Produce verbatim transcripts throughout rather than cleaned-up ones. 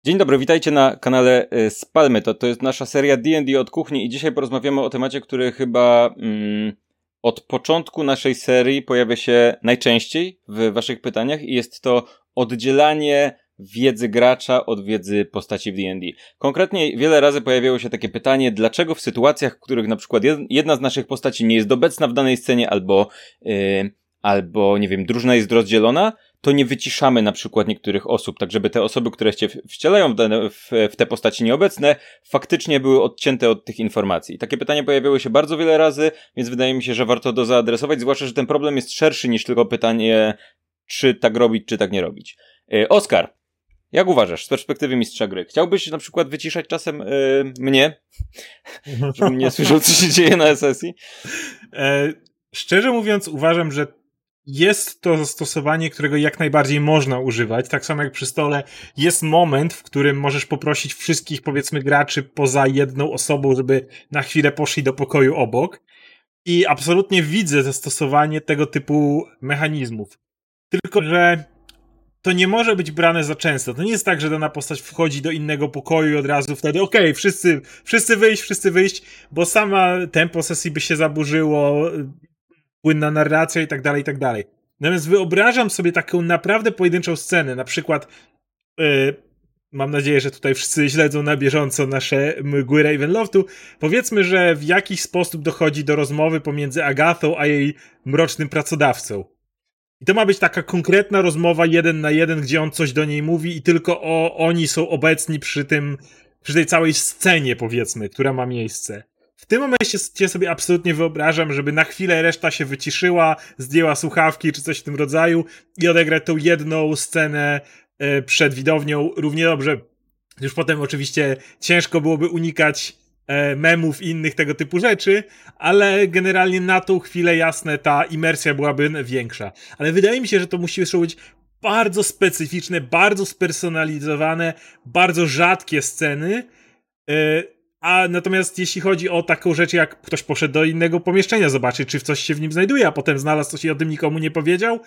Dzień dobry, witajcie na kanale Spalmy to. To jest nasza seria D and D od kuchni i dzisiaj porozmawiamy o temacie, który chyba mm, od początku naszej serii pojawia się najczęściej w waszych pytaniach i jest to oddzielanie wiedzy gracza od wiedzy postaci w D and D. Konkretnie wiele razy pojawiało się takie pytanie, dlaczego w sytuacjach, w których na przykład jedna z naszych postaci nie jest obecna w danej scenie albo, yy, albo nie wiem, drużyna jest rozdzielona, to nie wyciszamy na przykład niektórych osób, tak żeby te osoby, które się wcielają w, dane, w, w te postaci nieobecne, faktycznie były odcięte od tych informacji. Takie pytania pojawiały się bardzo wiele razy, więc wydaje mi się, że warto to zaadresować, zwłaszcza, że ten problem jest szerszy niż tylko pytanie, czy tak robić, czy tak nie robić. Yy, Oskar, jak uważasz z perspektywy mistrza gry? Chciałbyś na przykład wyciszać czasem yy, mnie, żebym nie słyszał, co się dzieje na sesji? E, szczerze mówiąc, uważam, że jest to zastosowanie, którego jak najbardziej można używać. Tak samo jak przy stole jest moment, w którym możesz poprosić wszystkich, powiedzmy, graczy poza jedną osobą, żeby na chwilę poszli do pokoju obok. I absolutnie widzę zastosowanie tego typu mechanizmów. Tylko że to nie może być brane za często. To nie jest tak, że dana postać wchodzi do innego pokoju i od razu wtedy okej, okay, wszyscy, wszyscy wyjść, wszyscy wyjść, bo sama tempo sesji by się zaburzyło, płynna narracja i tak dalej, i tak dalej. Natomiast wyobrażam sobie taką naprawdę pojedynczą scenę, na przykład yy, mam nadzieję, że tutaj wszyscy śledzą na bieżąco nasze mgły Ravenloftu. Powiedzmy, że w jakiś sposób dochodzi do rozmowy pomiędzy Agathą a jej mrocznym pracodawcą. I to ma być taka konkretna rozmowa jeden na jeden, gdzie on coś do niej mówi i tylko o, oni są obecni przy tym, przy tej całej scenie, powiedzmy, która ma miejsce. W tym momencie sobie absolutnie wyobrażam, żeby na chwilę reszta się wyciszyła, zdjęła słuchawki czy coś w tym rodzaju i odegrać tą jedną scenę y, przed widownią równie dobrze. Już potem oczywiście ciężko byłoby unikać y, memów i innych tego typu rzeczy, ale generalnie na tą chwilę, jasne, ta imersja byłaby większa. Ale wydaje mi się, że to musi być bardzo specyficzne, bardzo spersonalizowane, bardzo rzadkie sceny, y, A natomiast jeśli chodzi o taką rzecz, jak ktoś poszedł do innego pomieszczenia zobaczyć, czy coś się w nim znajduje, a potem znalazł coś i o tym nikomu nie powiedział,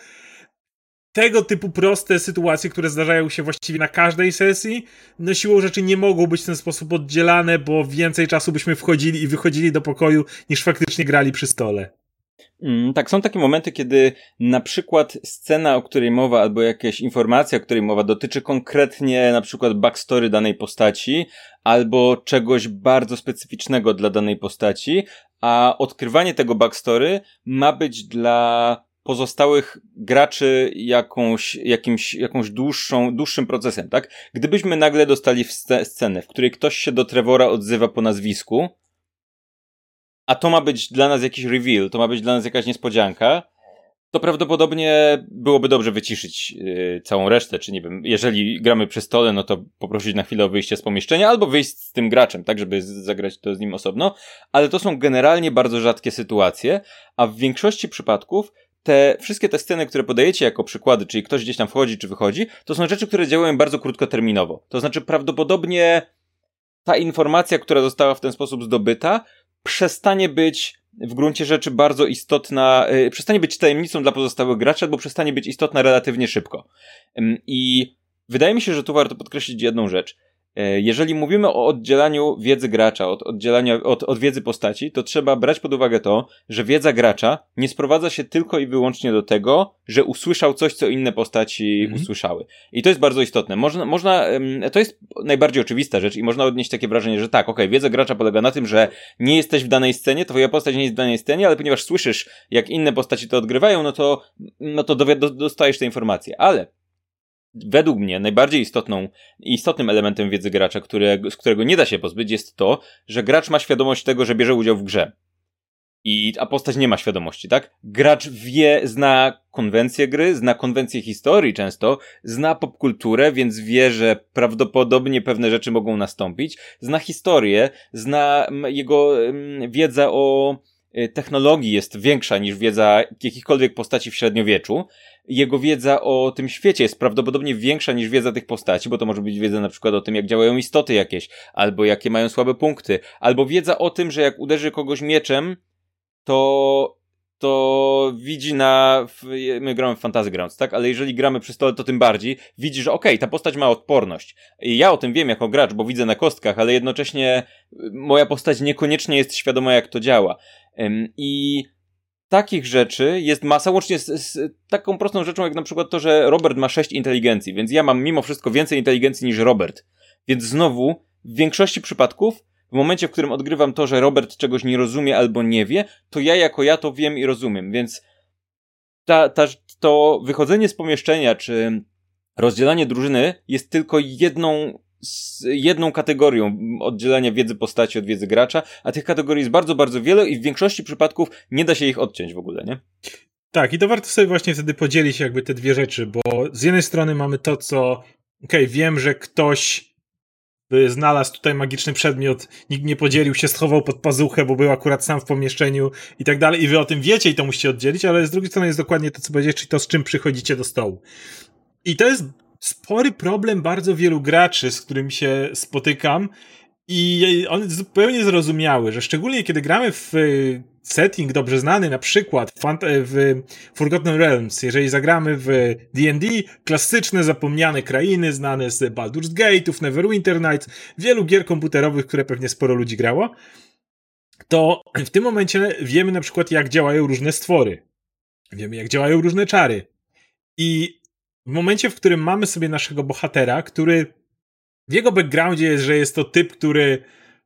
tego typu proste sytuacje, które zdarzają się właściwie na każdej sesji, no siłą rzeczy nie mogą być w ten sposób oddzielane, bo więcej czasu byśmy wchodzili i wychodzili do pokoju, niż faktycznie grali przy stole. Mm, tak, są takie momenty, kiedy na przykład scena, o której mowa, albo jakaś informacja, o której mowa, dotyczy konkretnie na przykład backstory danej postaci, albo czegoś bardzo specyficznego dla danej postaci, a odkrywanie tego backstory ma być dla pozostałych graczy jakąś, jakimś, jakąś dłuższą, dłuższym procesem, tak? Gdybyśmy nagle dostali w sc- scenę, w której ktoś się do Trevora odzywa po nazwisku, a to ma być dla nas jakiś reveal, to ma być dla nas jakaś niespodzianka, to prawdopodobnie byłoby dobrze wyciszyć yy, całą resztę, czy nie wiem, jeżeli gramy przy stole, no to poprosić na chwilę o wyjście z pomieszczenia, albo wyjść z tym graczem, tak, żeby z- zagrać to z nim osobno, ale to są generalnie bardzo rzadkie sytuacje, a w większości przypadków te wszystkie te sceny, które podajecie jako przykłady, czyli ktoś gdzieś tam wchodzi czy wychodzi, to są rzeczy, które działają bardzo krótkoterminowo. To znaczy prawdopodobnie ta informacja, która została w ten sposób zdobyta, przestanie być w gruncie rzeczy bardzo istotna, yy, przestanie być tajemnicą dla pozostałych graczy, albo przestanie być istotna relatywnie szybko. Yy, I wydaje mi się, że tu warto podkreślić jedną rzecz. Yy, jeżeli mówimy o oddzielaniu wiedzy gracza od, oddzielania, od, od wiedzy postaci, to trzeba brać pod uwagę to, że wiedza gracza nie sprowadza się tylko i wyłącznie do tego, że usłyszał coś, co inne postaci mhm. usłyszały. I to jest bardzo istotne. Można, można, to jest najbardziej oczywista rzecz i można odnieść takie wrażenie, że tak, okej, okay, wiedza gracza polega na tym, że nie jesteś w danej scenie, twoja postać nie jest w danej scenie, ale ponieważ słyszysz, jak inne postaci to odgrywają, no to, no to dowi- do, dostajesz te informacje. Ale według mnie najbardziej istotną, istotnym elementem wiedzy gracza, które, z którego nie da się pozbyć, jest to, że gracz ma świadomość tego, że bierze udział w grze. I, a postać nie ma świadomości, tak? Gracz wie, zna konwencję gry, zna konwencję historii często, zna popkulturę, więc wie, że prawdopodobnie pewne rzeczy mogą nastąpić, zna historię, zna jego um, wiedza o technologii jest większa niż wiedza jakichkolwiek postaci w średniowieczu. Jego wiedza o tym świecie jest prawdopodobnie większa niż wiedza tych postaci, bo to może być wiedza na przykład o tym, jak działają istoty jakieś, albo jakie mają słabe punkty, albo wiedza o tym, że jak uderzy kogoś mieczem, to to widzi na... My gramy w Fantasy Grounds, tak? Ale jeżeli gramy przy stole, to tym bardziej widzi, że okej, okay, ta postać ma odporność. I ja o tym wiem jako gracz, bo widzę na kostkach, ale jednocześnie moja postać niekoniecznie jest świadoma, jak to działa. I takich rzeczy jest masa, łącznie z, z taką prostą rzeczą, jak na przykład to, że Robert ma sześć inteligencji, więc ja mam mimo wszystko więcej inteligencji niż Robert. Więc znowu, w większości przypadków, w momencie, w którym odgrywam to, że Robert czegoś nie rozumie albo nie wie, to ja jako ja to wiem i rozumiem, więc ta, ta, to wychodzenie z pomieszczenia, czy rozdzielanie drużyny jest tylko jedną, jedną kategorią oddzielania wiedzy postaci od wiedzy gracza, a tych kategorii jest bardzo, bardzo wiele i w większości przypadków nie da się ich odciąć w ogóle, nie? Tak, i to warto sobie właśnie wtedy podzielić jakby te dwie rzeczy, bo z jednej strony mamy to, co okej, okay, wiem, że ktoś by znalazł tutaj magiczny przedmiot, nikt nie podzielił się, schował pod pazuchę, bo był akurat sam w pomieszczeniu i tak dalej, i wy o tym wiecie i to musicie oddzielić, ale z drugiej strony jest dokładnie to, co powiedzieć, czyli to, z czym przychodzicie do stołu. I to jest spory problem bardzo wielu graczy, z którymi się spotykam, i on jest zupełnie zrozumiały, że szczególnie kiedy gramy w setting dobrze znany, na przykład w Forgotten Realms, jeżeli zagramy w D and D, klasyczne, zapomniane krainy, znane z Baldur's Gate'ów, Neverwinter Nights, wielu gier komputerowych, które pewnie sporo ludzi grało, to w tym momencie wiemy na przykład, jak działają różne stwory. Wiemy, jak działają różne czary. I w momencie, w którym mamy sobie naszego bohatera, który w jego backgroundzie jest, że jest to typ, który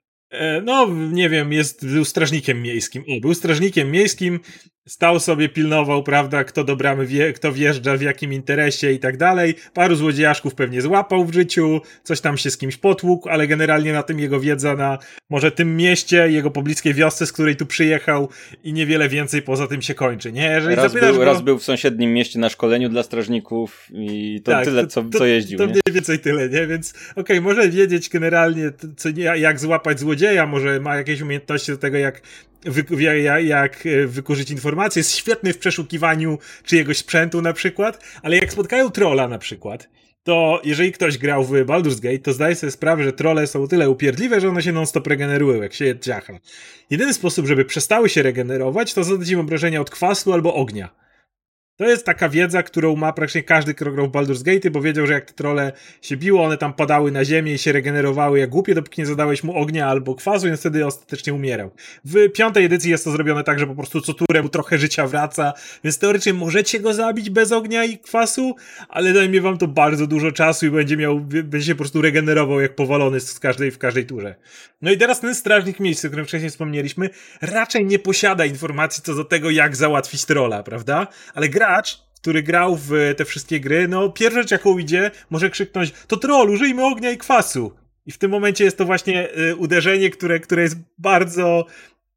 no, nie wiem, jest, był strażnikiem miejskim. O, był strażnikiem miejskim, stał sobie, pilnował, prawda, kto do bramy wie, kto wjeżdża, w jakim interesie i tak dalej. Paru złodziejaszków pewnie złapał w życiu, coś tam się z kimś potłukł, ale generalnie na tym jego wiedza na może tym mieście, jego pobliskiej wiosce, z której tu przyjechał i niewiele więcej poza tym się kończy, nie? Jeżeli raz, zapytasz był, go... raz był w sąsiednim mieście na szkoleniu dla strażników i to tak, tyle, co, to, co jeździł, to, to nie? mniej więcej tyle, nie? Więc okej, okay, może wiedzieć generalnie, co, jak złapać złodzieja, może ma jakieś umiejętności do tego, jak Wy, jak, jak wykurzyć informacje, jest świetny w przeszukiwaniu czyjegoś sprzętu na przykład, ale jak spotkają trolla na przykład, to jeżeli ktoś grał w Baldur's Gate, to zdaje sobie sprawę, że trolle są o tyle upierdliwe, że one się non-stop regenerują, jak się je dziacha. Jedyny sposób, żeby przestały się regenerować, to zadać im obrażenia od kwasu albo ognia. To jest taka wiedza, którą ma praktycznie każdy, kto grał w Baldur's Gate, bo wiedział, że jak te trolle się biło, one tam padały na ziemię i się regenerowały jak głupie, dopóki nie zadałeś mu ognia albo kwasu i on wtedy ostatecznie umierał. W piątej edycji jest to zrobione tak, że po prostu co turę mu trochę życia wraca, więc teoretycznie możecie go zabić bez ognia i kwasu, ale zajmie wam to bardzo dużo czasu i będzie miał, będzie się po prostu regenerował jak powalony z każdej, w każdej turze. No i teraz ten strażnik miejsca, o którym wcześniej wspomnieliśmy, raczej nie posiada informacji co do tego, jak załatwić trolla, prawda? Ale gracz, który grał w te wszystkie gry, no pierwsza rzecz jaką idzie, może krzyknąć: to troll, użyjmy ognia i kwasu. I w tym momencie jest to właśnie y, uderzenie, które, które jest bardzo...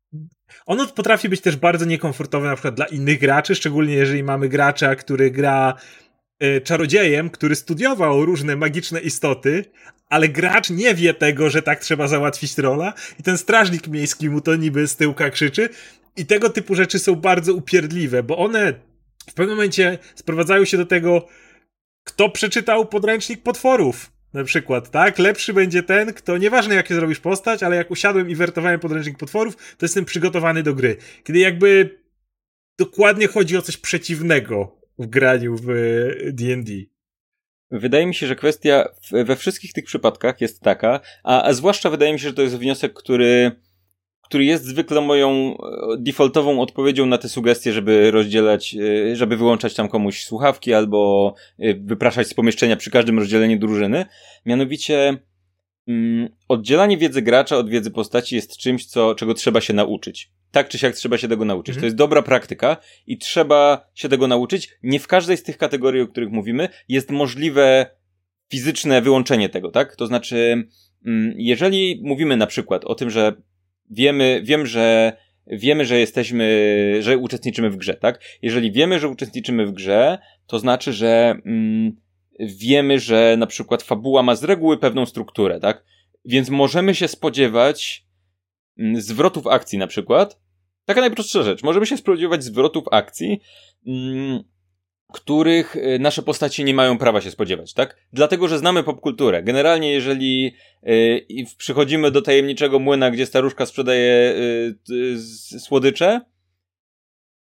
Ono potrafi być też bardzo niekomfortowe na przykład dla innych graczy, szczególnie jeżeli mamy gracza, który gra y, czarodziejem, który studiował różne magiczne istoty, ale gracz nie wie tego, że tak trzeba załatwić trolla i ten strażnik miejski mu to niby z tyłka krzyczy i tego typu rzeczy są bardzo upierdliwe, bo one w pewnym momencie sprowadzają się do tego, kto przeczytał podręcznik potworów, na przykład, tak? Lepszy będzie ten, kto, nieważne jakie zrobisz postać, ale jak usiadłem i wertowałem podręcznik potworów, to jestem przygotowany do gry. Kiedy jakby dokładnie chodzi o coś przeciwnego w graniu w D and D. Wydaje mi się, że kwestia we wszystkich tych przypadkach jest taka, a, a zwłaszcza wydaje mi się, że to jest wniosek, który... który jest zwykle moją defaultową odpowiedzią na te sugestie, żeby rozdzielać, żeby wyłączać tam komuś słuchawki albo wypraszać z pomieszczenia przy każdym rozdzieleniu drużyny. Mianowicie mm, oddzielanie wiedzy gracza od wiedzy postaci jest czymś, co, czego trzeba się nauczyć. Tak czy siak trzeba się tego nauczyć. Mhm. To jest dobra praktyka i trzeba się tego nauczyć. Nie w każdej z tych kategorii, o których mówimy, jest możliwe fizyczne wyłączenie tego, tak? To znaczy, mm, jeżeli mówimy na przykład o tym, że Wiemy, wiem, że wiemy, że jesteśmy, że uczestniczymy w grze, tak? Jeżeli wiemy, że uczestniczymy w grze, to znaczy, że mm, wiemy, że na przykład fabuła ma z reguły pewną strukturę, tak? Więc możemy się spodziewać mm, zwrotów akcji na przykład. Taka najprostsza rzecz. Możemy się spodziewać zwrotów akcji, mm, których nasze postacie nie mają prawa się spodziewać, tak? Dlatego, że znamy popkulturę. Generalnie, jeżeli yy, przychodzimy do tajemniczego młyna, gdzie staruszka sprzedaje yy, yy, słodycze,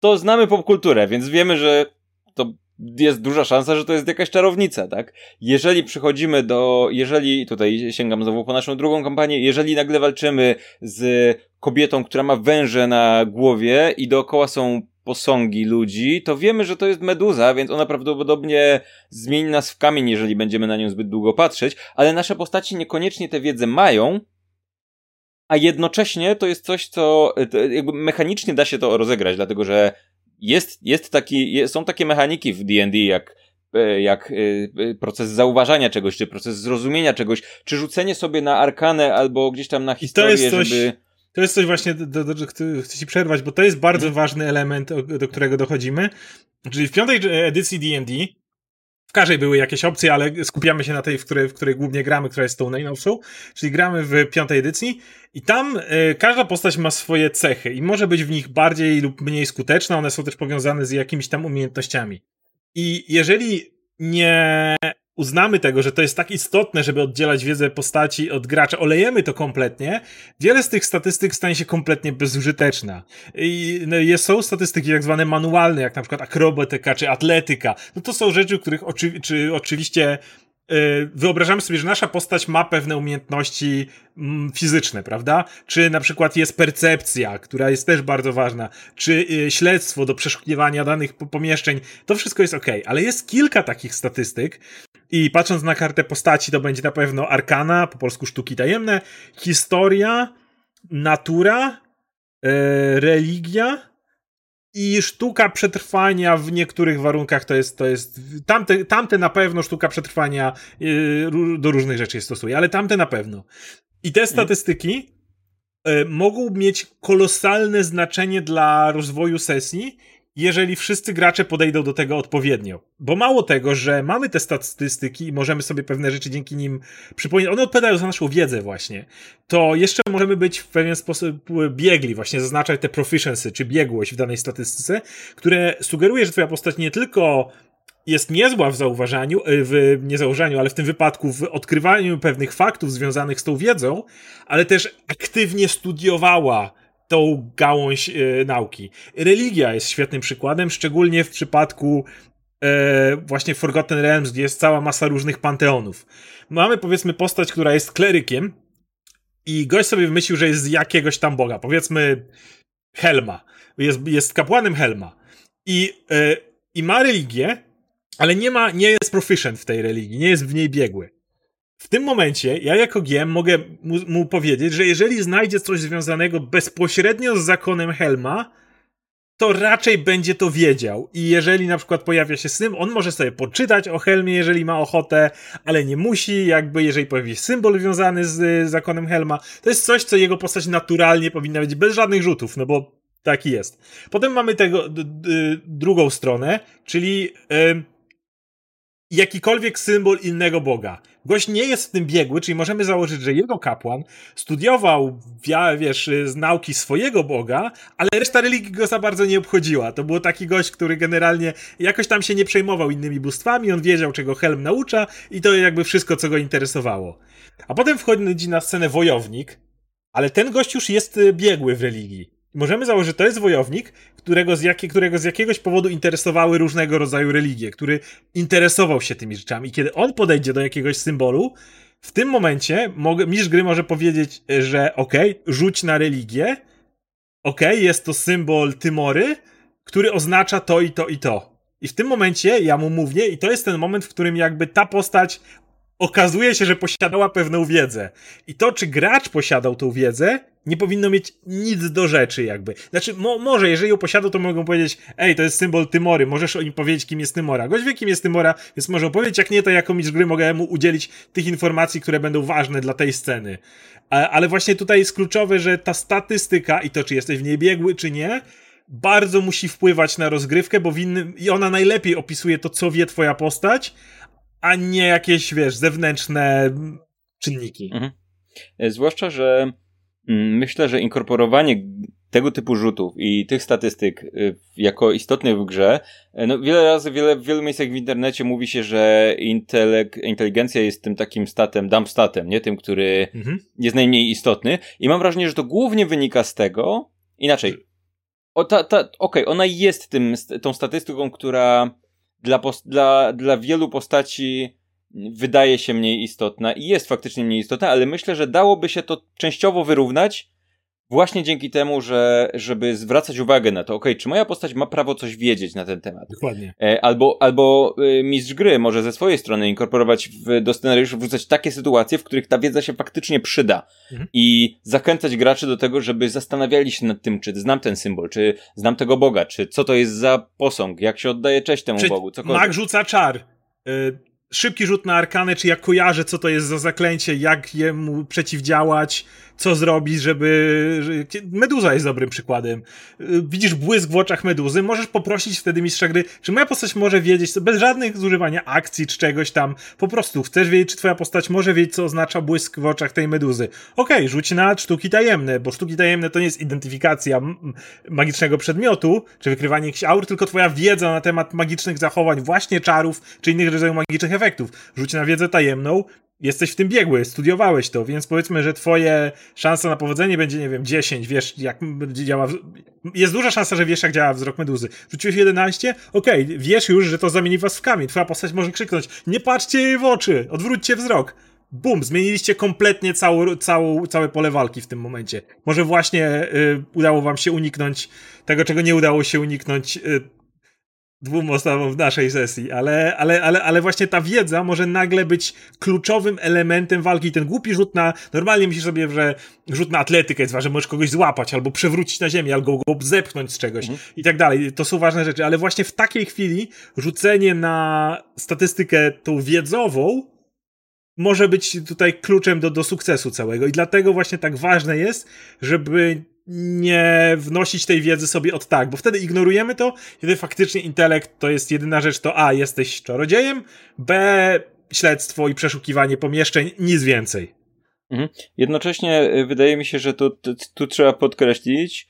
to znamy popkulturę, więc wiemy, że to jest duża szansa, że to jest jakaś czarownica, tak? Jeżeli przychodzimy do, jeżeli, tutaj sięgam znowu po naszą drugą kampanię, jeżeli nagle walczymy z kobietą, która ma węże na głowie i dookoła są posągi ludzi, to wiemy, że to jest meduza, więc ona prawdopodobnie zmieni nas w kamień, jeżeli będziemy na nią zbyt długo patrzeć, ale nasze postaci niekoniecznie tę wiedzę mają, a jednocześnie to jest coś, co jakby mechanicznie da się to rozegrać, dlatego że jest, jest taki, są takie mechaniki w D and D, jak, jak proces zauważania czegoś, czy proces zrozumienia czegoś, czy rzucenie sobie na arkanę albo gdzieś tam na historię, coś... żeby... To jest coś właśnie, do, do, do, chcę ci przerwać, bo to jest bardzo hmm. ważny element, do którego dochodzimy. Czyli w piątej edycji D and D, w każdej były jakieś opcje, ale skupiamy się na tej, w której, w której głównie gramy, która jest tą najnowszą. Czyli gramy w piątej edycji i tam y, każda postać ma swoje cechy i może być w nich bardziej lub mniej skuteczna, one są też powiązane z jakimiś tam umiejętnościami. I jeżeli nie uznamy tego, że to jest tak istotne, żeby oddzielać wiedzę postaci od gracza, olejemy to kompletnie, wiele z tych statystyk stanie się kompletnie bezużyteczna. I no, jest, są statystyki tak zwane manualne, jak na przykład akrobatyka czy atletyka. No to są rzeczy, których oczy, czy oczywiście yy, wyobrażamy sobie, że nasza postać ma pewne umiejętności mm, fizyczne, prawda? Czy na przykład jest percepcja, która jest też bardzo ważna, czy yy, śledztwo do przeszukiwania danych pomieszczeń. To wszystko jest okej, ale jest kilka takich statystyk, i patrząc na kartę postaci, to będzie na pewno arkana, po polsku sztuki tajemne, historia, natura, e, religia i sztuka przetrwania w niektórych warunkach to jest, to jest tamte, tamte na pewno sztuka przetrwania e, do różnych rzeczy się stosuje, ale tamte na pewno. I te statystyki e, mogą mieć kolosalne znaczenie dla rozwoju sesji, jeżeli wszyscy gracze podejdą do tego odpowiednio. Bo mało tego, że mamy te statystyki i możemy sobie pewne rzeczy dzięki nim przypomnieć, one odpowiadają za naszą wiedzę właśnie, to jeszcze możemy być w pewien sposób biegli, właśnie zaznaczać te proficiency, czy biegłość w danej statystyce, które sugeruje, że twoja postać nie tylko jest niezła w zauważaniu, w nie zauważaniu, ale w tym wypadku w odkrywaniu pewnych faktów związanych z tą wiedzą, ale też aktywnie studiowała tą gałąź e, nauki. Religia jest świetnym przykładem, szczególnie w przypadku e, właśnie Forgotten Realms, gdzie jest cała masa różnych panteonów. Mamy powiedzmy postać, która jest klerykiem i gość sobie wymyślił, że jest z jakiegoś tam boga. Powiedzmy Helma. Jest, jest kapłanem Helma. I, e, i ma religię, ale nie ma, nie jest proficient w tej religii, nie jest w niej biegły. W tym momencie ja jako G M mogę mu, mu powiedzieć, że jeżeli znajdzie coś związanego bezpośrednio z zakonem Helma, to raczej będzie to wiedział. I jeżeli na przykład pojawia się symbol, on może sobie poczytać o Helmie, jeżeli ma ochotę, ale nie musi, jakby jeżeli pojawi się symbol związany z y, zakonem Helma, to jest coś, co jego postać naturalnie powinna wiedzieć, bez żadnych rzutów, no bo taki jest. Potem mamy tego d- d- drugą stronę, czyli y, jakikolwiek symbol innego boga. Gość nie jest w tym biegły, czyli możemy założyć, że jego kapłan studiował, wiesz, z nauki swojego boga, ale reszta religii go za bardzo nie obchodziła. To był taki gość, który generalnie jakoś tam się nie przejmował innymi bóstwami, on wiedział, czego Helm naucza i to jakby wszystko, co go interesowało. A potem wchodzi na scenę wojownik, ale ten gość już jest biegły w religii. Możemy założyć, że to jest wojownik, którego z, jakie, którego z jakiegoś powodu interesowały różnego rodzaju religie, który interesował się tymi rzeczami. I kiedy on podejdzie do jakiegoś symbolu, w tym momencie mogę, mistrz gry może powiedzieć, że okej, okay, rzuć na religię, okej, okay, jest to symbol Tymory, który oznacza to i to i to. I w tym momencie ja mu mówię, i to jest ten moment, w którym jakby ta postać okazuje się, że posiadała pewną wiedzę. I to, czy gracz posiadał tą wiedzę, nie powinno mieć nic do rzeczy jakby. Znaczy, mo- może, jeżeli ją posiadał, to mogą powiedzieć, ej, to jest symbol Tymory, możesz o nim powiedzieć, kim jest Tymora. Gość wie, kim jest Tymora, więc może opowiedzieć, jak nie, to jako mistrz gry mogę mu udzielić tych informacji, które będą ważne dla tej sceny. A- ale właśnie tutaj jest kluczowe, że ta statystyka i to, czy jesteś w niej biegły, czy nie, bardzo musi wpływać na rozgrywkę, bo w innym... i ona najlepiej opisuje to, co wie twoja postać, a nie jakieś, wiesz, zewnętrzne czynniki. Mhm. Zwłaszcza, że myślę, że inkorporowanie tego typu rzutów i tych statystyk jako istotnych w grze, no wiele razy, wiele, w wielu miejscach w internecie mówi się, że intelek, inteligencja jest tym takim statem, dump statem, nie? Tym, który mhm. jest najmniej istotny. I mam wrażenie, że to głównie wynika z tego, inaczej, O, ta, ta, okej, okay, ona jest tym, tą statystyką, która dla, post, dla, dla wielu postaci wydaje się mniej istotna i jest faktycznie mniej istotna, ale myślę, że dałoby się to częściowo wyrównać właśnie dzięki temu, że żeby zwracać uwagę na to, okej, okay, czy moja postać ma prawo coś wiedzieć na ten temat. Dokładnie. Albo, albo mistrz gry może ze swojej strony inkorporować w, do scenariuszu, wrzucać takie sytuacje, w których ta wiedza się faktycznie przyda. Mhm. I zachęcać graczy do tego, żeby zastanawiali się nad tym, czy znam ten symbol, czy znam tego boga, czy co to jest za posąg, jak się oddaje cześć temu czy bogu, cokolwiek. Mag rzuca czar. Y- szybki rzut na arkanę, czy ja kojarzę, co to jest za zaklęcie, jak jemu przeciwdziałać, co zrobić, żeby... Meduza jest dobrym przykładem. Widzisz błysk w oczach meduzy, możesz poprosić wtedy mistrza gry, czy moja postać może wiedzieć, bez żadnych zużywania akcji czy czegoś tam, po prostu chcesz wiedzieć, czy twoja postać może wiedzieć, co oznacza błysk w oczach tej meduzy. Okej, okay, rzuć na sztuki tajemne, bo sztuki tajemne to nie jest identyfikacja magicznego przedmiotu, czy wykrywanie jakichś aur, tylko twoja wiedza na temat magicznych zachowań, właśnie czarów, czy innych rodzajów magicznych efektów. Rzuć na wiedzę tajemną, jesteś w tym biegły, studiowałeś to, więc powiedzmy, że twoje szansa na powodzenie będzie, nie wiem, dziesięć, wiesz, jak działa... Jest duża szansa, że wiesz, jak działa wzrok meduzy. Rzuciłeś jedenaście? Okej, okay, wiesz już, że to zamieni was w kamień. Twoja postać może krzyknąć, nie patrzcie jej w oczy, odwróćcie wzrok. Bum, zmieniliście kompletnie całą, całą, całe pole walki w tym momencie. Może właśnie y, udało wam się uniknąć tego, czego nie udało się uniknąć y, dwóm osobom w naszej sesji, ale, ale, ale, ale właśnie ta wiedza może nagle być kluczowym elementem walki. Ten głupi rzut na... Normalnie myślisz sobie, że rzut na atletykę jest ważny, że możesz kogoś złapać, albo przewrócić na ziemię, albo go zepchnąć z czegoś mhm. i tak dalej. To są ważne rzeczy, ale właśnie w takiej chwili rzucenie na statystykę tą wiedzową może być tutaj kluczem do, do sukcesu całego i dlatego właśnie tak ważne jest, żeby nie wnosić tej wiedzy sobie od tak, bo wtedy ignorujemy to, kiedy faktycznie intelekt to jest jedyna rzecz, to A, jesteś czarodziejem, B, śledztwo i przeszukiwanie pomieszczeń, nic więcej. Mhm. Jednocześnie wydaje mi się, że tu, tu, tu trzeba podkreślić,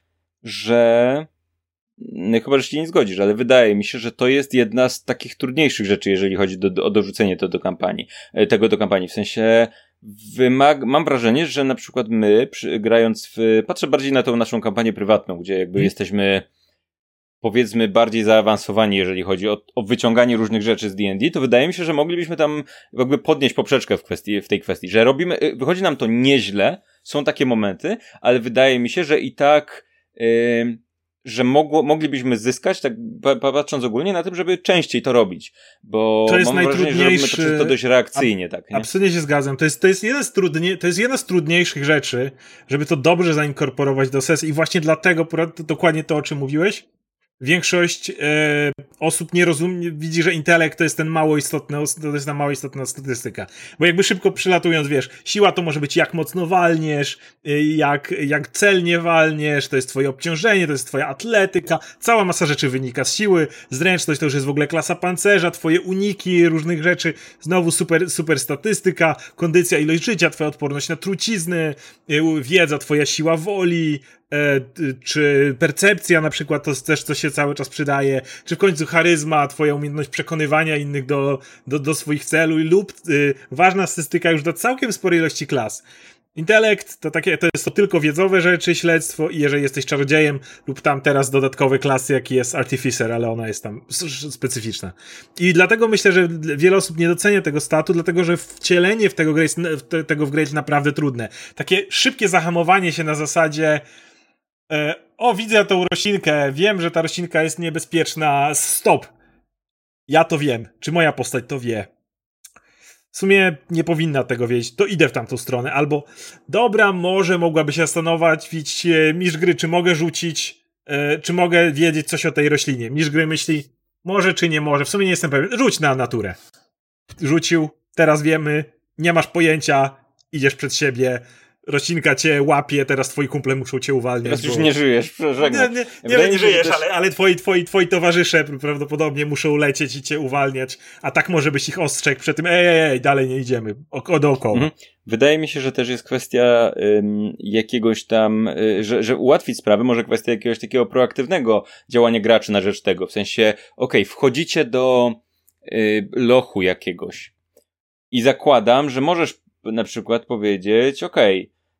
że no, chyba, że się nie zgodzisz, ale wydaje mi się, że to jest jedna z takich trudniejszych rzeczy, jeżeli chodzi do, do, o dorzucenie to do kampanii, tego do kampanii, w sensie Wymag- mam wrażenie, że na przykład my, przy, grając w... Patrzę bardziej na tą naszą kampanię prywatną, gdzie jakby hmm. jesteśmy, powiedzmy, bardziej zaawansowani, jeżeli chodzi o, o wyciąganie różnych rzeczy z D and D, to wydaje mi się, że moglibyśmy tam jakby podnieść poprzeczkę w, kwestii, w tej kwestii, że robimy... Wychodzi nam to nieźle, są takie momenty, ale wydaje mi się, że i tak... Yy, że mogło, moglibyśmy zyskać, tak patrząc ogólnie, na tym, żeby częściej to robić. Bo to jest mam wrażenie, że robimy to, to dość reakcyjnie. Ab- tak, nie? Absolutnie się zgadzam. To jest, to, jest jeden z trudnie, to jest jedna z trudniejszych rzeczy, żeby to dobrze zainkorporować do sesji i właśnie dlatego dokładnie to, o czym mówiłeś. Większość e, osób nie rozumie, widzi, że intelekt to jest ten mało istotny, to jest ta mało istotna statystyka. Bo jakby szybko przylatując, wiesz, siła to może być jak mocno walniesz, jak, jak celnie walniesz, to jest twoje obciążenie, to jest twoja atletyka, cała masa rzeczy wynika z siły, zręczność to już jest w ogóle klasa pancerza, twoje uniki różnych rzeczy, znowu super, super statystyka, kondycja, ilość życia, twoja odporność na trucizny, wiedza, twoja siła woli, czy percepcja na przykład, to też co się cały czas przydaje, czy w końcu charyzma, twoja umiejętność przekonywania innych do, do, do swoich celów lub y, ważna statystyka już do całkiem sporej ilości klas. Intelekt to takie, to jest to tylko wiedzowe rzeczy, śledztwo i jeżeli jesteś czarodziejem lub tam teraz dodatkowe klasy, jaki jest Artificer, ale ona jest tam specyficzna. I dlatego myślę, że wiele osób nie docenia tego statu, dlatego że wcielenie w tego, grę jest, w tego w grę jest naprawdę trudne. Takie szybkie zahamowanie się na zasadzie e, o, widzę tą roślinkę, wiem, że ta roślinka jest niebezpieczna, stop. Ja to wiem. Czy moja postać to wie? W sumie nie powinna tego wiedzieć, to idę w tamtą stronę. Albo, dobra, może mogłaby się zastanowić e, mistrz gry, czy mogę rzucić, e, czy mogę wiedzieć coś o tej roślinie. Mistrz gry myśli, może czy nie może, w sumie nie jestem pewien. Rzuć na naturę. Rzucił, teraz wiemy, nie masz pojęcia, idziesz przed siebie, roślinka cię łapie, teraz twoi kumple muszą cię uwalniać. Teraz już bo... nie żyjesz, przeżegnaj. Nie, nie, nie, nie żyjesz, też... ale, ale twoi, twoi, twoi towarzysze prawdopodobnie muszą lecieć i cię uwalniać, a tak może byś ich ostrzegł przed tym, ej, ej, ej, dalej nie idziemy, o, dookoła. Mhm. Wydaje mi się, że też jest kwestia ym, jakiegoś tam, y, że, że ułatwić sprawę, może kwestia jakiegoś takiego proaktywnego działania graczy na rzecz tego, w sensie, okej, okay, wchodzicie do y, lochu jakiegoś i zakładam, że możesz na przykład powiedzieć, okej, okay,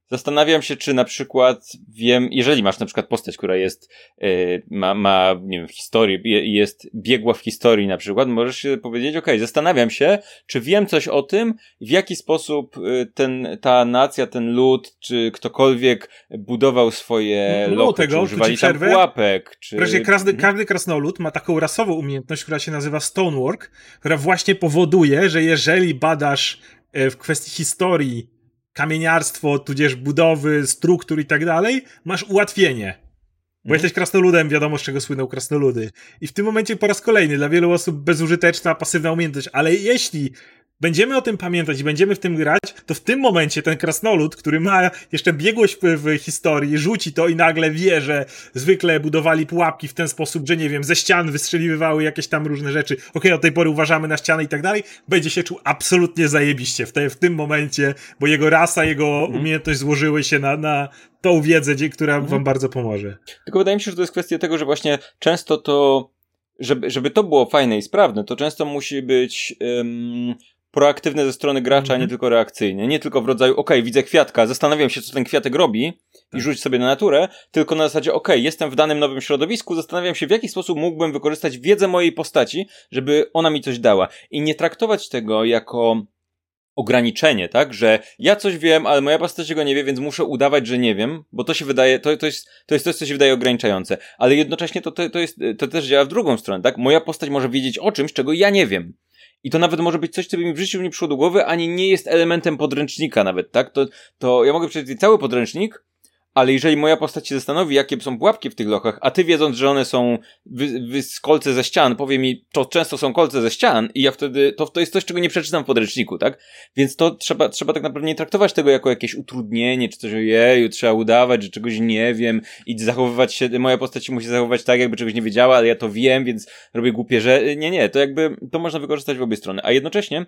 Zastanawiam się, czy na przykład wiem, jeżeli masz na przykład postać, która jest, yy, ma, ma, nie wiem, historię, jest biegła w historii na przykład, możesz się powiedzieć, okej, okay, zastanawiam się, czy wiem coś o tym, w jaki sposób ten, ta nacja, ten lud, czy ktokolwiek budował swoje no, lochy, tego, czy używali tam pułapek, czy... Wreszcie każdy, każdy krasnolud ma taką rasową umiejętność, która się nazywa Stonework, która właśnie powoduje, że jeżeli badasz w kwestii historii kamieniarstwo, tudzież budowy, struktur i tak dalej, masz ułatwienie. Bo mm. jesteś krasnoludem, wiadomo z czego słyną krasnoludy. I w tym momencie po raz kolejny dla wielu osób bezużyteczna, pasywna umiejętność, ale jeśli będziemy o tym pamiętać i będziemy w tym grać, to w tym momencie ten krasnolud, który ma jeszcze biegłość w, w historii, rzuci to i nagle wie, że zwykle budowali pułapki w ten sposób, że nie wiem, ze ścian wystrzeliwywały jakieś tam różne rzeczy. Okej, okay, od tej pory uważamy na ściany i tak dalej. Będzie się czuł absolutnie zajebiście w, te, w tym momencie, bo jego rasa, jego mhm. umiejętność złożyły się na, na tą wiedzę, która mhm. wam bardzo pomoże. Tylko wydaje mi się, że to jest kwestia tego, że właśnie często to, żeby, żeby to było fajne i sprawne, to często musi być... Um... proaktywne ze strony gracza, a nie tylko reakcyjnie. Nie tylko w rodzaju, okej, okay, widzę kwiatka, zastanawiam się, co ten kwiatek robi i rzuć sobie na naturę, tylko na zasadzie, okej, okay, jestem w danym nowym środowisku, zastanawiam się, w jaki sposób mógłbym wykorzystać wiedzę mojej postaci, żeby ona mi coś dała. I nie traktować tego jako ograniczenie, tak? Że ja coś wiem, ale moja postać tego nie wie, więc muszę udawać, że nie wiem, bo to się wydaje, to, to jest, to jest coś, co się wydaje ograniczające. Ale jednocześnie to, to, to jest, to też działa w drugą stronę, tak? Moja postać może wiedzieć o czymś, czego ja nie wiem. I to nawet może być coś, co by mi w życiu nie przyszło do głowy, ani nie jest elementem podręcznika nawet, tak? To, to ja mogę przeczytać cały podręcznik, ale jeżeli moja postać się zastanowi, jakie są pułapki w tych lochach, a ty wiedząc, że one są wy, wy, z kolce ze ścian, powie mi, to często są kolce ze ścian i ja wtedy, to, to jest coś, czego nie przeczytam w podręczniku, tak? Więc to trzeba, trzeba tak naprawdę nie traktować tego jako jakieś utrudnienie, czy coś ojeju, trzeba udawać, że czegoś nie wiem i zachowywać się, moja postać musi zachowywać tak, jakby czegoś nie wiedziała, ale ja to wiem, więc robię głupie rzeczy. Nie, nie, to jakby, to można wykorzystać w obie strony, a jednocześnie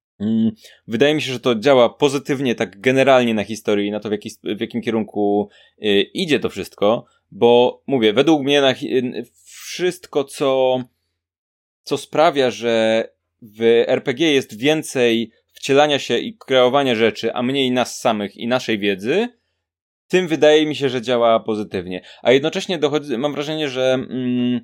wydaje mi się, że to działa pozytywnie tak generalnie na historii i na to, w, jaki, w jakim kierunku y, idzie to wszystko, bo mówię, według mnie na, y, wszystko, co, co sprawia, że w er pe gie jest więcej wcielania się i kreowania rzeczy, a mniej nas samych i naszej wiedzy, tym wydaje mi się, że działa pozytywnie. A jednocześnie dochodzi, mam wrażenie, że, mm,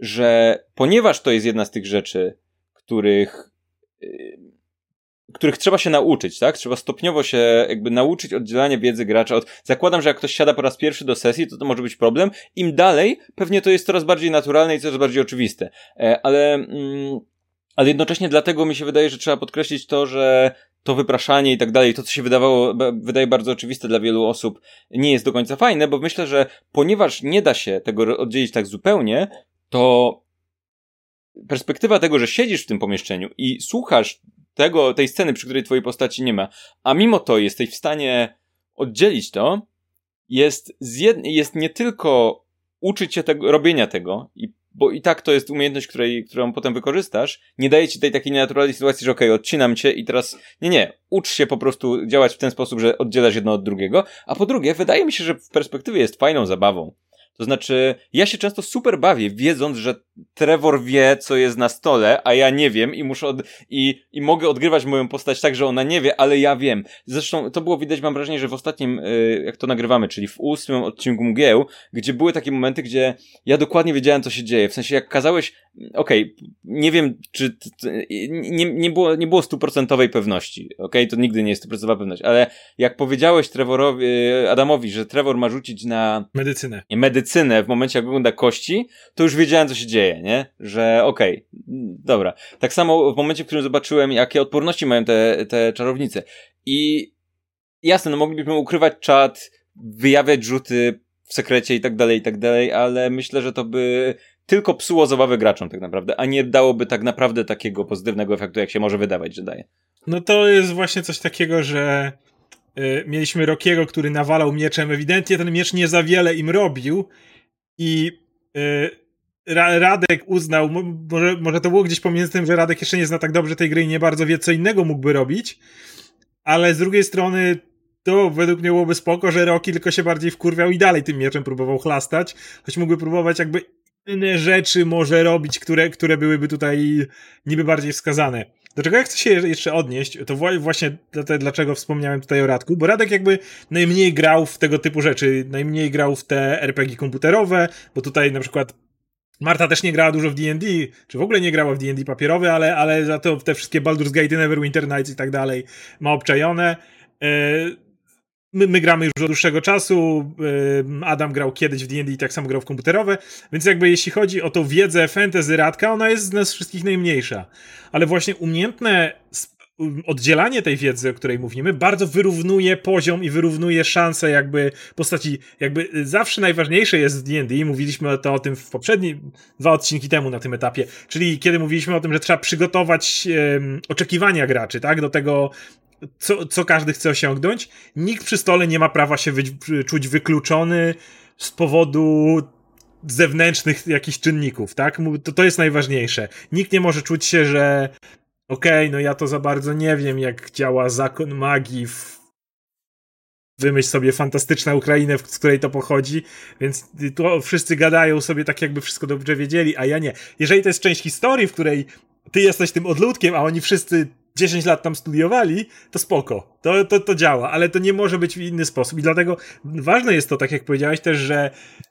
że ponieważ to jest jedna z tych rzeczy, których... Y, których trzeba się nauczyć, tak? Trzeba stopniowo się jakby nauczyć oddzielania wiedzy gracza od... Zakładam, że jak ktoś siada po raz pierwszy do sesji, to to może być problem. Im dalej, pewnie to jest coraz bardziej naturalne i coraz bardziej oczywiste. Ale, mm, ale jednocześnie dlatego mi się wydaje, że trzeba podkreślić to, że to wypraszanie i tak dalej, to co się wydawało, wydaje bardzo oczywiste dla wielu osób, nie jest do końca fajne, bo myślę, że ponieważ nie da się tego oddzielić tak zupełnie, to perspektywa tego, że siedzisz w tym pomieszczeniu i słuchasz tego, tej sceny, przy której twojej postaci nie ma, a mimo to jesteś w stanie oddzielić to, jest, zjed... jest nie tylko uczyć się tego, robienia tego, i, bo i tak to jest umiejętność, której, którą potem wykorzystasz, nie daje ci tej takiej nienaturalnej sytuacji, że okej, okay, odcinam cię i teraz, nie, nie, ucz się po prostu działać w ten sposób, że oddzielasz jedno od drugiego, a po drugie, wydaje mi się, że w perspektywie jest fajną zabawą. To znaczy, ja się często super bawię, wiedząc, że Trevor wie, co jest na stole, a ja nie wiem i muszę od... i, i mogę odgrywać moją postać tak, że ona nie wie, ale ja wiem. Zresztą to było widać, mam wrażenie, że w ostatnim, yy, jak to nagrywamy, czyli w ósmym odcinku Mgieł, gdzie były takie momenty, gdzie ja dokładnie wiedziałem, co się dzieje. W sensie, jak kazałeś, okej, okay, nie wiem, czy nie, nie było, nie było stuprocentowej pewności, okej, okay? To nigdy nie jest stuprocentowa pewność, ale jak powiedziałeś Trevorowi, Adamowi, że Trevor ma rzucić na medycynę. medycynę w momencie, jak ogląda kości, to już wiedziałem, co się dzieje, nie? Że okej, okay, dobra. Tak samo w momencie, w którym zobaczyłem, jakie odporności mają te, te czarownice. I jasne, no moglibyśmy ukrywać czat, wyjawiać rzuty w sekrecie i tak dalej, i tak dalej, ale myślę, że to by tylko psuło zabawę graczom tak naprawdę, a nie dałoby tak naprawdę takiego pozytywnego efektu, jak się może wydawać, że daje. No to jest właśnie coś takiego, że y, mieliśmy Rockiego, który nawalał mieczem, ewidentnie ten miecz nie za wiele im robił i y, Radek uznał, może, może to było gdzieś pomiędzy tym, że Radek jeszcze nie zna tak dobrze tej gry i nie bardzo wie, co innego mógłby robić, ale z drugiej strony to według mnie byłoby spoko, że Rocky tylko się bardziej wkurwiał i dalej tym mieczem próbował chlastać, choć mógłby próbować jakby inne rzeczy może robić, które, które byłyby tutaj niby bardziej wskazane. do czego ja chcę się jeszcze odnieść, to właśnie dlaczego wspomniałem tutaj o Radku, bo Radek jakby najmniej grał w tego typu rzeczy, najmniej grał w te er pe gie komputerowe, bo tutaj na przykład Marta też nie grała dużo w D and D, czy w ogóle nie grała w D and D papierowe, ale, ale za to te wszystkie Baldur's Gate, Neverwinter Nights i tak dalej ma obczajone. My, my gramy już od dłuższego czasu, Adam grał kiedyś w D and D i tak samo grał w komputerowe, więc jakby jeśli chodzi o tą wiedzę fantasy Radka, ona jest z nas wszystkich najmniejsza. Ale właśnie umiejętne oddzielanie tej wiedzy, o której mówimy, bardzo wyrównuje poziom i wyrównuje szanse jakby postaci, jakby zawsze najważniejsze jest w D and D, mówiliśmy to o tym w poprzednim, dwa odcinki temu na tym etapie, czyli kiedy mówiliśmy o tym, że trzeba przygotować um, oczekiwania graczy, tak, do tego, co, co każdy chce osiągnąć. Nikt przy stole nie ma prawa się wy- czuć wykluczony z powodu zewnętrznych jakichś czynników, tak, to, to jest najważniejsze. Nikt nie może czuć się, że okej, okay, no ja to za bardzo nie wiem, jak działa zakon magii w... Wymyśl sobie fantastyczna Ukrainę, z której to pochodzi, więc tu wszyscy gadają sobie tak, jakby wszystko dobrze wiedzieli, a ja nie. Jeżeli to jest część historii, w której ty jesteś tym odludkiem, a oni wszyscy dziesięć lat tam studiowali, to spoko. To, to, to działa, ale to nie może być w inny sposób i dlatego ważne jest to, tak jak powiedziałeś też, że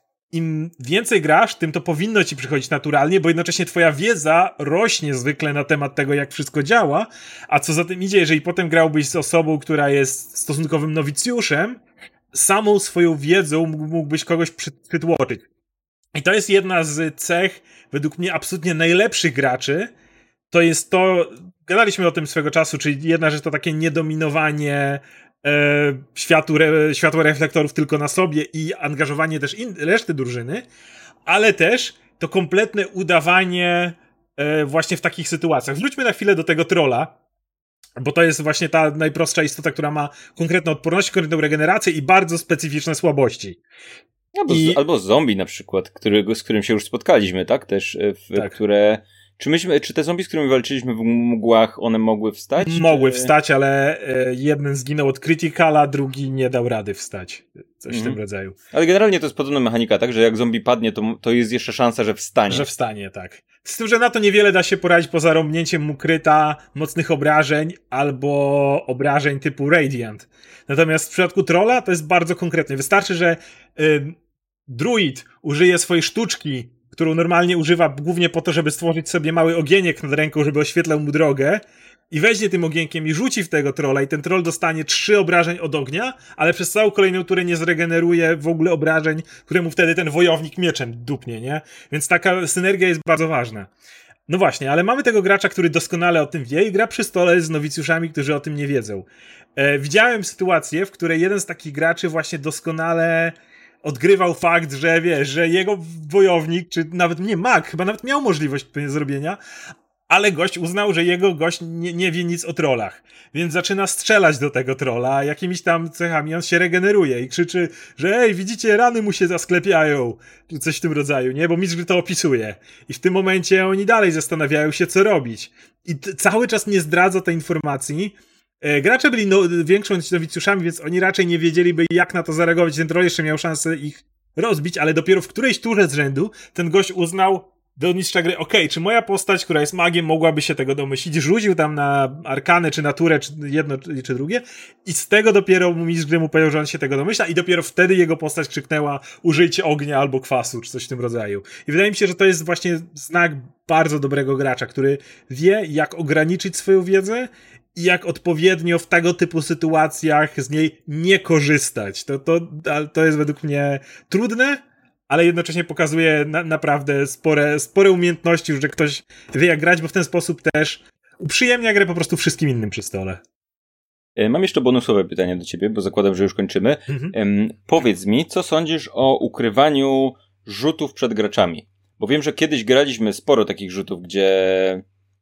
im więcej grasz, tym to powinno ci przychodzić naturalnie, bo jednocześnie twoja wiedza rośnie zwykle na temat tego, jak wszystko działa, a co za tym idzie, jeżeli potem grałbyś z osobą, która jest stosunkowym nowicjuszem, samą swoją wiedzą mógłbyś kogoś przytłoczyć. I to jest jedna z cech, według mnie, absolutnie najlepszych graczy. To jest to, gadaliśmy o tym swego czasu, czyli jedna rzecz to takie niedominowanie E, światu, re, światła reflektorów tylko na sobie i angażowanie też in, reszty drużyny, ale też to kompletne udawanie e, właśnie w takich sytuacjach. Wróćmy na chwilę do tego trolla, bo to jest właśnie ta najprostsza istota, która ma konkretną odporność, konkretną regenerację i bardzo specyficzne słabości. Albo, I... albo zombie na przykład, który, z którym się już spotkaliśmy, tak? Też, w, tak. które... Czy, myśmy, czy te zombie, z którymi walczyliśmy w mgłach, one mogły wstać? Mogły czy... wstać, ale e, jeden zginął od criticala, drugi nie dał rady wstać. Coś mm. w tym rodzaju. Ale generalnie to jest podobna mechanika, tak? Że jak zombie padnie, to, to jest jeszcze szansa, że wstanie. Że wstanie, tak. Z tym, że na to niewiele da się poradzić poza rąbnięciem mu kryta, mocnych obrażeń albo obrażeń typu Radiant. Natomiast w przypadku trolla to jest bardzo konkretne. Wystarczy, że y, druid użyje swojej sztuczki, którą normalnie używa głównie po to, żeby stworzyć sobie mały ogieniek nad ręką, żeby oświetlał mu drogę i weźmie tym ogienkiem i rzuci w tego trolla i ten troll dostanie trzy obrażeń od ognia, ale przez całą kolejną turę nie zregeneruje w ogóle obrażeń, które mu wtedy ten wojownik mieczem dupnie, nie? Więc taka synergia jest bardzo ważna. No właśnie, ale mamy tego gracza, który doskonale o tym wie i gra przy stole z nowicjuszami, którzy o tym nie wiedzą. E, widziałem sytuację, w której jeden z takich graczy właśnie doskonale odgrywał fakt, że wiesz, że jego wojownik, czy nawet nie mag, chyba nawet miał możliwość zrobienia, ale gość uznał, że jego gość nie, nie wie nic o trollach. Więc zaczyna strzelać do tego trolla jakimiś tam cechami, on się regeneruje i krzyczy, że ej, widzicie, rany mu się zasklepiają, czy coś w tym rodzaju, nie? Bo mistrz gry to opisuje. I w tym momencie oni dalej zastanawiają się, co robić. I t- cały czas nie zdradza tej informacji. E, gracze byli no, większość nowicjuszami, więc oni raczej nie wiedzieliby, jak na to zareagować. Ten troll jeszcze miał szansę ich rozbić, ale dopiero w którejś turze z rzędu ten gość uznał do mistrza gry, okej, okay, czy moja postać, która jest magiem, mogłaby się tego domyślić? Rzucił tam na arkanę, czy na turę, czy jedno, czy drugie i z tego dopiero mistrz gry mu powiedział, że on się tego domyśla i dopiero wtedy jego postać krzyknęła użyjcie ognia albo kwasu, czy coś w tym rodzaju. I wydaje mi się, że to jest właśnie znak bardzo dobrego gracza, który wie, jak ograniczyć swoją wiedzę i jak odpowiednio w tego typu sytuacjach z niej nie korzystać. To, to, to jest według mnie trudne, ale jednocześnie pokazuje na, naprawdę spore, spore umiejętności, że ktoś wie jak grać, bo w ten sposób też uprzyjemnia grę po prostu wszystkim innym przy stole. Mam jeszcze bonusowe pytanie do ciebie, bo zakładam, że już kończymy. Mhm. Um, powiedz mi, co sądzisz o ukrywaniu rzutów przed graczami? Bo wiem, że kiedyś graliśmy sporo takich rzutów, gdzie,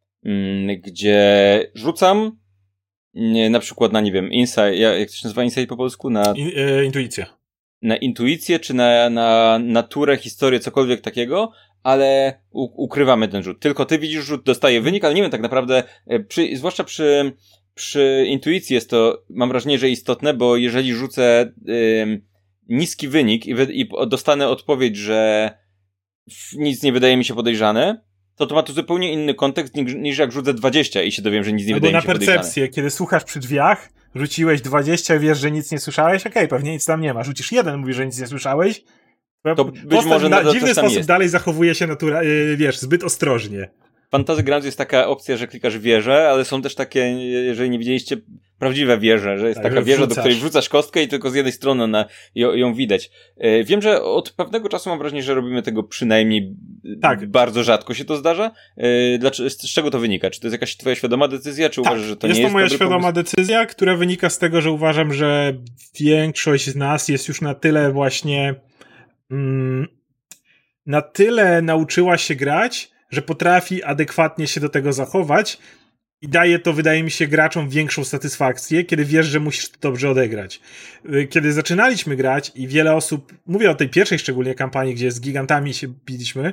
mm, gdzie rzucam nie, na przykład na, nie wiem, insight, jak to się nazywa insight po polsku? Na... In, e, intuicja. Na intuicję, czy na, na naturę, historię, cokolwiek takiego, ale u, ukrywamy ten rzut. Tylko ty widzisz rzut, dostaje wynik, ale nie wiem tak naprawdę, przy, zwłaszcza przy, przy intuicji jest to, mam wrażenie, że istotne, bo jeżeli rzucę y, niski wynik i, wy, i dostanę odpowiedź, że nic nie wydaje mi się podejrzane, to to ma tu zupełnie inny kontekst niż, niż jak rzucę dwadzieścia i się dowiem, że nic nie Albo wydaje mi na się percepcję, podejrzane. kiedy słuchasz przy drzwiach, rzuciłeś dwadzieścia, wiesz, że nic nie słyszałeś, okej, okay, pewnie nic tam nie ma. Rzucisz jeden, mówisz, że nic nie słyszałeś, to być może na na, dziwny sposób jest. dalej zachowuje się natura, yy, wiesz, zbyt ostrożnie. W Fantasy Grounds jest taka opcja, że klikasz wieżę, ale są też takie, jeżeli nie widzieliście, prawdziwe wieże, że jest tak, taka że wieża, wrzucasz. do której wrzucasz kostkę i tylko z jednej strony na, ją, ją widać. Wiem, że od pewnego czasu mam wrażenie, że robimy tego przynajmniej tak. bardzo rzadko się to zdarza. Dlaczego, z czego to wynika? Czy to jest jakaś twoja świadoma decyzja, czy tak, uważasz, że to jest nie jest to moja dobry świadoma pomysł? decyzja, która wynika z tego, że uważam, że większość z nas jest już na tyle właśnie mm, na tyle nauczyła się grać, że potrafi adekwatnie się do tego zachować i daje to, wydaje mi się, graczom większą satysfakcję, kiedy wiesz, że musisz to dobrze odegrać. Kiedy zaczynaliśmy grać i wiele osób, mówię o tej pierwszej szczególnie kampanii, gdzie z gigantami się biliśmy,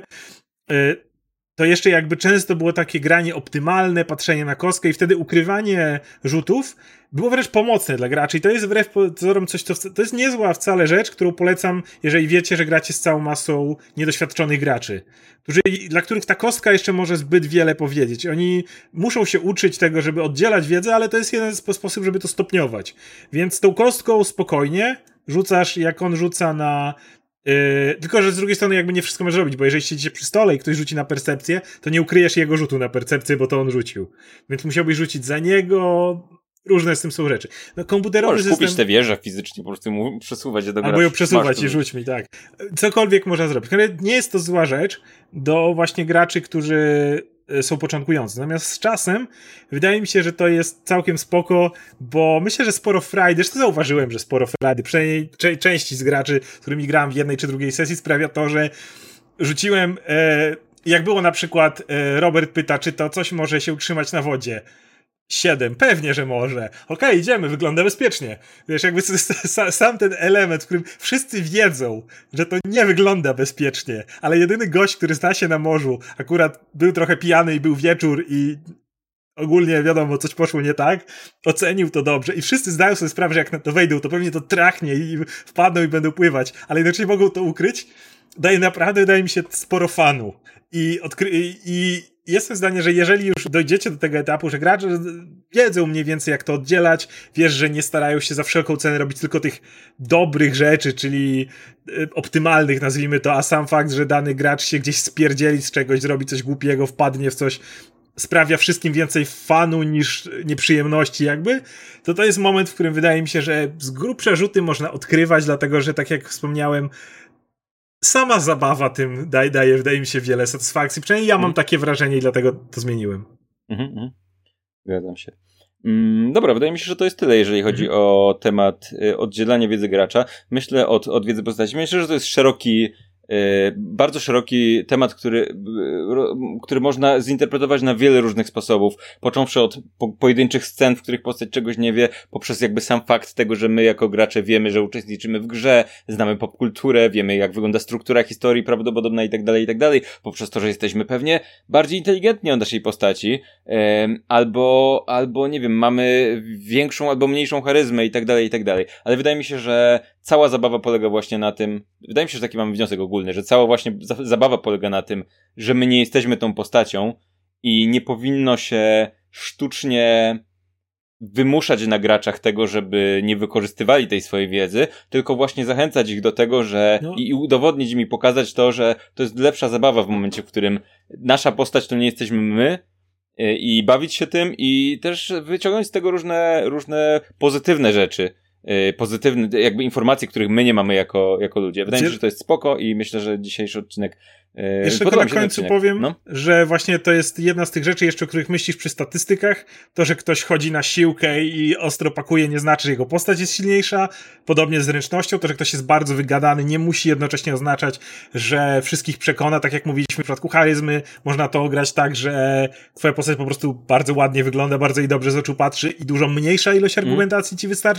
to jeszcze jakby często było takie granie optymalne, patrzenie na kostkę i wtedy ukrywanie rzutów było wręcz pomocne dla graczy i to jest wbrew pozorom coś, to, to jest niezła wcale rzecz, którą polecam, jeżeli wiecie, że gracie z całą masą niedoświadczonych graczy, którzy, dla których ta kostka jeszcze może zbyt wiele powiedzieć. Oni muszą się uczyć tego, żeby oddzielać wiedzę, ale to jest jeden sposób, żeby to stopniować. Więc z tą kostką spokojnie rzucasz, jak on rzuca na Yy, tylko, że z drugiej strony jakby nie wszystko możesz robić, bo jeżeli siedzicie przy stole i ktoś rzuci na percepcję, to nie ukryjesz jego rzutu na percepcję, bo to on rzucił. Więc musiałbyś rzucić za niego. Różne z tym są rzeczy. No, komputerowy Możesz system... kupić tę wieżę fizycznie, po prostu mu przesuwać je do Albo ją przesuwać i rzuć mi, tak. Cokolwiek można zrobić. Nie jest to zła rzecz do właśnie graczy, którzy są początkujący. Natomiast z czasem wydaje mi się, że to jest całkiem spoko, bo myślę, że sporo frajdy, zresztą zauważyłem, że sporo frajdy, przynajmniej cze- części z graczy, z którymi grałem w jednej czy drugiej sesji, sprawia to, że rzuciłem, e, jak było na przykład, e, Robert pyta, czy to coś może się utrzymać na wodzie. Siedem, pewnie, że może. Okej, okay, idziemy, wygląda bezpiecznie. Wiesz, jakby sam ten element, w którym wszyscy wiedzą, że to nie wygląda bezpiecznie, ale jedyny gość, który zna się na morzu, akurat był trochę pijany i był wieczór i ogólnie wiadomo, coś poszło nie tak, ocenił to dobrze i wszyscy zdają sobie sprawę, że jak na to wejdą, to pewnie to trachnie i wpadną i będą pływać, ale inaczej mogą to ukryć. Daje naprawdę, wydaje mi się, sporo fanu. I, odkry- i jestem zdania, że jeżeli już dojdziecie do tego etapu, że gracze wiedzą mniej więcej, jak to oddzielać, wiesz, że nie starają się za wszelką cenę robić tylko tych dobrych rzeczy, czyli optymalnych, nazwijmy to, a sam fakt, że dany gracz się gdzieś spierdzieli z czegoś, zrobi coś głupiego, wpadnie w coś, sprawia wszystkim więcej fanu niż nieprzyjemności jakby, to to jest moment, w którym wydaje mi się, że z grubsza rzuty można odkrywać, dlatego, że tak jak wspomniałem, sama zabawa tym daje, daje, wydaje mi się, wiele satysfakcji. Przynajmniej ja mam mm. takie wrażenie i dlatego to zmieniłem. Mhm, mhm. Zgadzam się. Mm, dobra, wydaje mi się, że to jest tyle, jeżeli chodzi mhm. o temat y, oddzielania wiedzy gracza. Myślę od, od wiedzy postaci. Myślę, że to jest szeroki, y, bardzo szeroki temat, który, y, który można zinterpretować na wiele różnych sposobów. Począwszy od po, pojedynczych scen, w których postać czegoś nie wie, poprzez jakby sam fakt tego, że my jako gracze wiemy, że uczestniczymy w grze, znamy popkulturę, wiemy jak wygląda struktura historii prawdopodobna i tak dalej, i tak dalej, poprzez to, że jesteśmy pewnie bardziej inteligentni od naszej postaci, y, albo, albo nie wiem, mamy większą albo mniejszą charyzmę i tak dalej, i tak dalej. Ale wydaje mi się, że cała zabawa polega właśnie na tym, wydaje mi się, że taki mamy wniosek ogólny, że cała właśnie za- zabawa polega na tym, że my nie jesteśmy tą postacią i nie powinno się sztucznie wymuszać na graczach tego, żeby nie wykorzystywali tej swojej wiedzy, tylko właśnie zachęcać ich do tego, że no. i, i udowodnić im i pokazać to, że to jest lepsza zabawa w momencie, w którym nasza postać to nie jesteśmy my, i bawić się tym i też wyciągnąć z tego różne, różne pozytywne rzeczy. Pozytywne, jakby informacje, których my nie mamy jako, jako ludzie. Wydaje mi się, że to jest spoko i myślę, że dzisiejszy odcinek Jeszcze tylko na końcu powiem, no? że właśnie to jest jedna z tych rzeczy jeszcze, o których myślisz przy statystykach. To, że ktoś chodzi na siłkę i ostro pakuje, nie znaczy, że jego postać jest silniejsza. Podobnie z zręcznością. To, że ktoś jest bardzo wygadany, nie musi jednocześnie oznaczać, że wszystkich przekona. Tak jak mówiliśmy w przypadku charyzmy, można to grać tak, że twoja postać po prostu bardzo ładnie wygląda, bardzo i dobrze z oczu patrzy i dużo mniejsza ilość argumentacji mm. ci wystarczy, żeby kogoś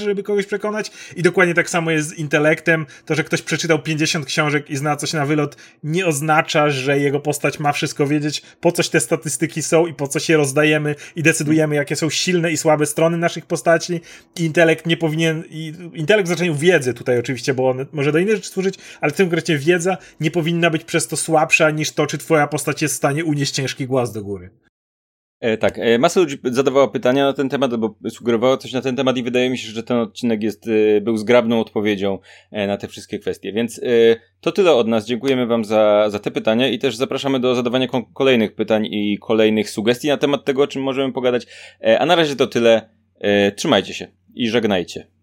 przekonać i dokładnie tak samo jest z intelektem. To, że ktoś przeczytał pięćdziesiąt książek i zna coś na wylot, nie oznacza, że jego postać ma wszystko wiedzieć, po coś te statystyki są i po co się rozdajemy i decydujemy, jakie są silne i słabe strony naszych postaci. I intelekt nie powinien, i intelekt w znaczeniu wiedzy tutaj oczywiście, bo on może do innych rzeczy służyć, ale w tym konkrecie wiedza nie powinna być przez to słabsza niż to, czy twoja postać jest w stanie unieść ciężki głaz do góry. E, tak, e, masa ludzi zadawała pytania na ten temat, albo sugerowała coś na ten temat i wydaje mi się, że ten odcinek jest, e, był zgrabną odpowiedzią e, na te wszystkie kwestie, więc e, to tyle od nas. Dziękujemy wam za, za te pytania i też zapraszamy do zadawania kon- kolejnych pytań i kolejnych sugestii na temat tego, o czym możemy pogadać, e, a na razie to tyle. E, trzymajcie się i żegnajcie.